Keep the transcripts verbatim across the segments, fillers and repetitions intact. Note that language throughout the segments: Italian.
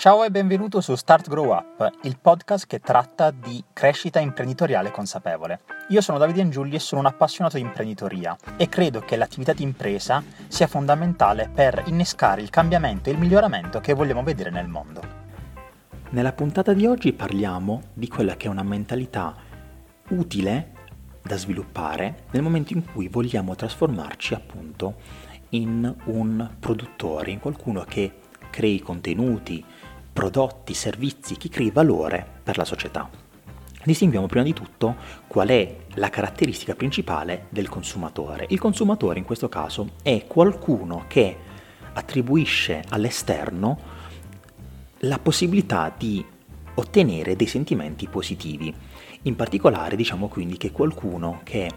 Ciao e benvenuto su Start Grow Up, il podcast che tratta di crescita imprenditoriale consapevole. Io sono Davide Angiulli e sono un appassionato di imprenditoria e credo che l'attività di impresa sia fondamentale per innescare il cambiamento e il miglioramento che vogliamo vedere nel mondo. Nella puntata di oggi parliamo di quella che è una mentalità utile da sviluppare nel momento in cui vogliamo trasformarci appunto in un produttore, in qualcuno che crei contenuti, prodotti, servizi, che crei valore per la società. Distinguiamo prima di tutto qual è la caratteristica principale del consumatore. Il consumatore in questo caso è qualcuno che attribuisce all'esterno la possibilità di ottenere dei sentimenti positivi. In particolare diciamo quindi che qualcuno che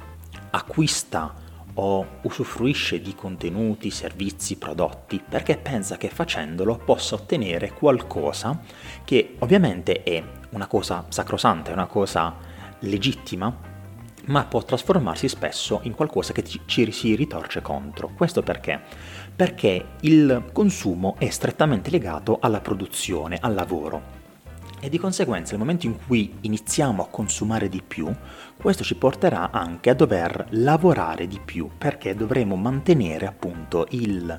acquista o usufruisce di contenuti, servizi, prodotti perché pensa che facendolo possa ottenere qualcosa che ovviamente è una cosa sacrosanta, è una cosa legittima, ma può trasformarsi spesso in qualcosa che ci, ci si ritorce contro. Questo perché? Perché il consumo è strettamente legato alla produzione, al lavoro. E di conseguenza nel momento in cui iniziamo a consumare di più, questo ci porterà anche a dover lavorare di più, perché dovremo mantenere appunto il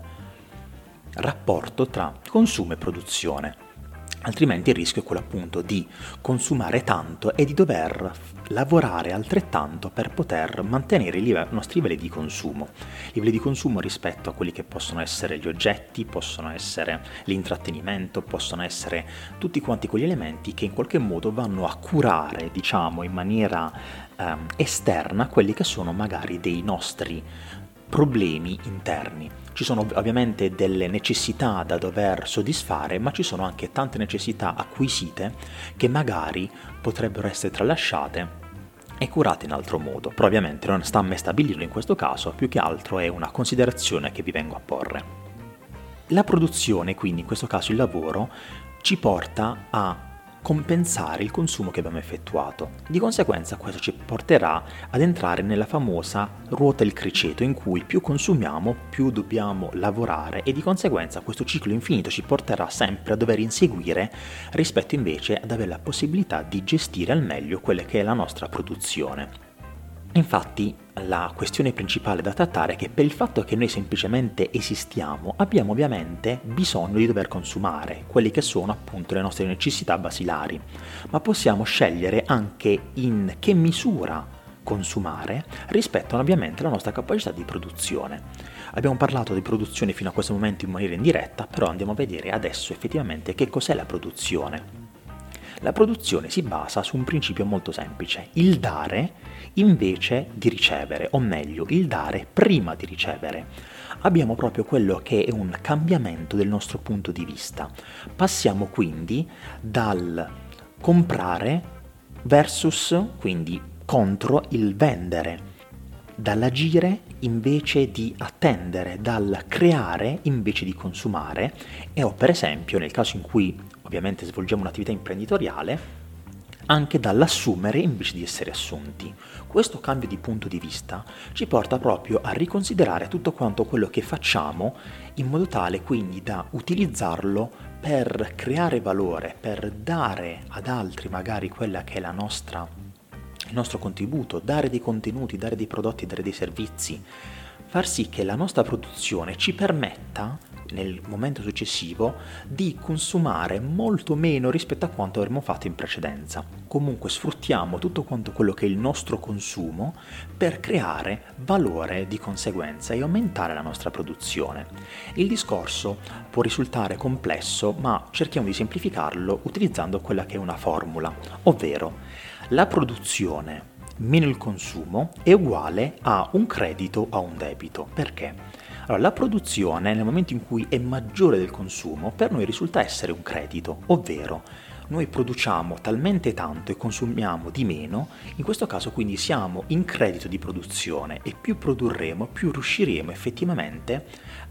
rapporto tra consumo e produzione. Altrimenti il rischio è quello appunto di consumare tanto e di dover lavorare altrettanto per poter mantenere i live- nostri livelli di consumo. Livelli di consumo rispetto a quelli che possono essere gli oggetti, possono essere l'intrattenimento, possono essere tutti quanti quegli elementi che in qualche modo vanno a curare, diciamo, in maniera ehm, esterna quelli che sono magari dei nostri problemi interni. Ci sono ovviamente delle necessità da dover soddisfare, ma ci sono anche tante necessità acquisite che magari potrebbero essere tralasciate e curate in altro modo. Però ovviamente non sta a me stabilirlo in questo caso, più che altro è una considerazione che vi vengo a porre. La produzione, quindi in questo caso il lavoro, ci porta a compensare il consumo che abbiamo effettuato. Di conseguenza questo ci porterà ad entrare nella famosa ruota del criceto, in cui più consumiamo più dobbiamo lavorare e di conseguenza questo ciclo infinito ci porterà sempre a dover inseguire rispetto invece ad avere la possibilità di gestire al meglio quella che è la nostra produzione. Infatti la questione principale da trattare è che per il fatto che noi semplicemente esistiamo abbiamo ovviamente bisogno di dover consumare quelli che sono appunto le nostre necessità basilari, ma possiamo scegliere anche in che misura consumare rispetto ovviamente alla nostra capacità di produzione. Abbiamo parlato di produzione fino a questo momento in maniera indiretta, però andiamo a vedere adesso effettivamente che cos'è la produzione. La produzione si basa su un principio molto semplice: il dare invece di ricevere, o meglio, il dare prima di ricevere. Abbiamo proprio quello che è un cambiamento del nostro punto di vista. Passiamo quindi dal comprare versus, quindi contro il vendere, dall'agire invece di attendere, dal creare invece di consumare, e o per esempio nel caso in cui ovviamente svolgiamo un'attività imprenditoriale, anche dall'assumere invece di essere assunti. Questo cambio di punto di vista ci porta proprio a riconsiderare tutto quanto quello che facciamo in modo tale quindi da utilizzarlo per creare valore, per dare ad altri magari quella che è la nostra, il nostro contributo, dare dei contenuti, dare dei prodotti, dare dei servizi, far sì che la nostra produzione ci permetta nel momento successivo di consumare molto meno rispetto a quanto avremmo fatto in precedenza. Comunque sfruttiamo tutto quanto quello che è il nostro consumo per creare valore di conseguenza e aumentare la nostra produzione. Il discorso può risultare complesso, ma cerchiamo di semplificarlo utilizzando quella che è una formula, ovvero la produzione meno il consumo è uguale a un credito a un debito. Perché? Allora, la produzione, nel momento in cui è maggiore del consumo, per noi risulta essere un credito, ovvero noi produciamo talmente tanto e consumiamo di meno, in questo caso quindi siamo in credito di produzione e più produrremo, più riusciremo effettivamente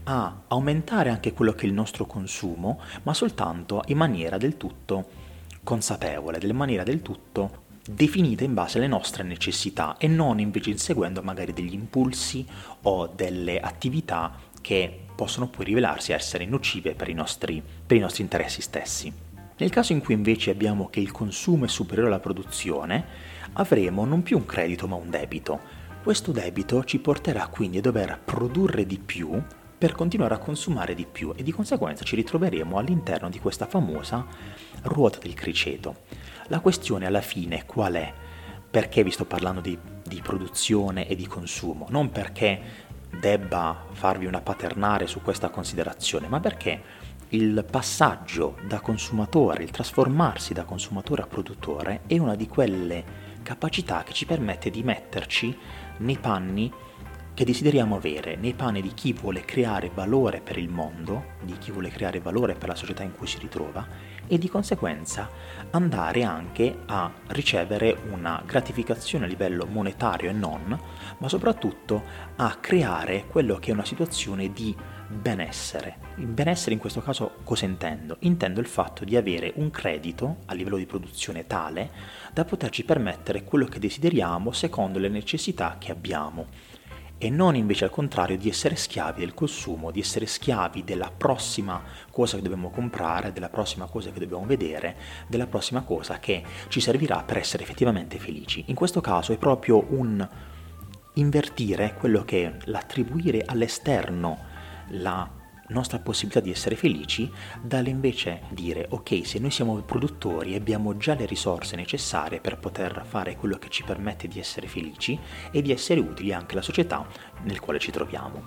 a aumentare anche quello che è il nostro consumo, ma soltanto in maniera del tutto consapevole, in maniera del tutto definita in base alle nostre necessità e non invece inseguendo magari degli impulsi o delle attività che possono poi rivelarsi essere nocive per i nostri, per i nostri interessi stessi. Nel caso in cui invece abbiamo che il consumo è superiore alla produzione, avremo non più un credito ma un debito. Questo debito ci porterà quindi a dover produrre di più per continuare a consumare di più e di conseguenza ci ritroveremo all'interno di questa famosa ruota del criceto. La questione alla fine qual è? Perché vi sto parlando di, di produzione e di consumo? Non perché debba farvi una paternare su questa considerazione, ma perché il passaggio da consumatore, il trasformarsi da consumatore a produttore è una di quelle capacità che ci permette di metterci nei panni che desideriamo avere, nei panni di chi vuole creare valore per il mondo, di chi vuole creare valore per la società in cui si ritrova e di conseguenza andare anche a ricevere una gratificazione a livello monetario e non, ma soprattutto a creare quello che è una situazione di benessere. Il benessere in questo caso cosa intendo? Intendo il fatto di avere un credito a livello di produzione tale da poterci permettere quello che desideriamo secondo le necessità che abbiamo. E non invece al contrario di essere schiavi del consumo, di essere schiavi della prossima cosa che dobbiamo comprare, della prossima cosa che dobbiamo vedere, della prossima cosa che ci servirà per essere effettivamente felici. In questo caso è proprio un invertire quello che è l'attribuire all'esterno la nostra possibilità di essere felici, dall'invece dire ok, se noi siamo produttori abbiamo già le risorse necessarie per poter fare quello che ci permette di essere felici e di essere utili anche alla società nel quale ci troviamo.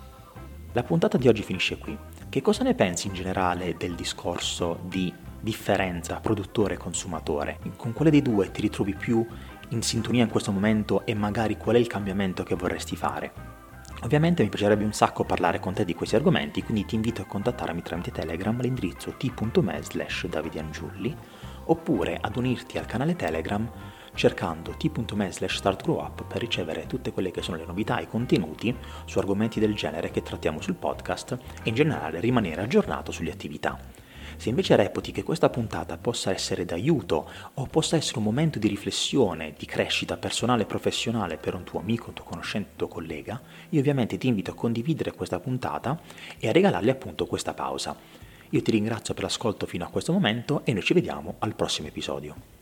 La puntata di oggi finisce qui. Che cosa ne pensi in generale del discorso di differenza produttore e consumatore? Con quale dei due ti ritrovi più in sintonia in questo momento e magari qual è il cambiamento che vorresti fare? Ovviamente mi piacerebbe un sacco parlare con te di questi argomenti, quindi ti invito a contattarmi tramite Telegram all'indirizzo t punto m e slash davidiangiulli oppure ad unirti al canale Telegram cercando t punto m e slash startgrowup per ricevere tutte quelle che sono le novità e i contenuti su argomenti del genere che trattiamo sul podcast e in generale rimanere aggiornato sulle attività. Se invece reputi che questa puntata possa essere d'aiuto o possa essere un momento di riflessione, di crescita personale e professionale per un tuo amico, un tuo conoscente, un tuo collega, io ovviamente ti invito a condividere questa puntata e a regalargli appunto questa pausa. Io ti ringrazio per l'ascolto fino a questo momento e noi ci vediamo al prossimo episodio.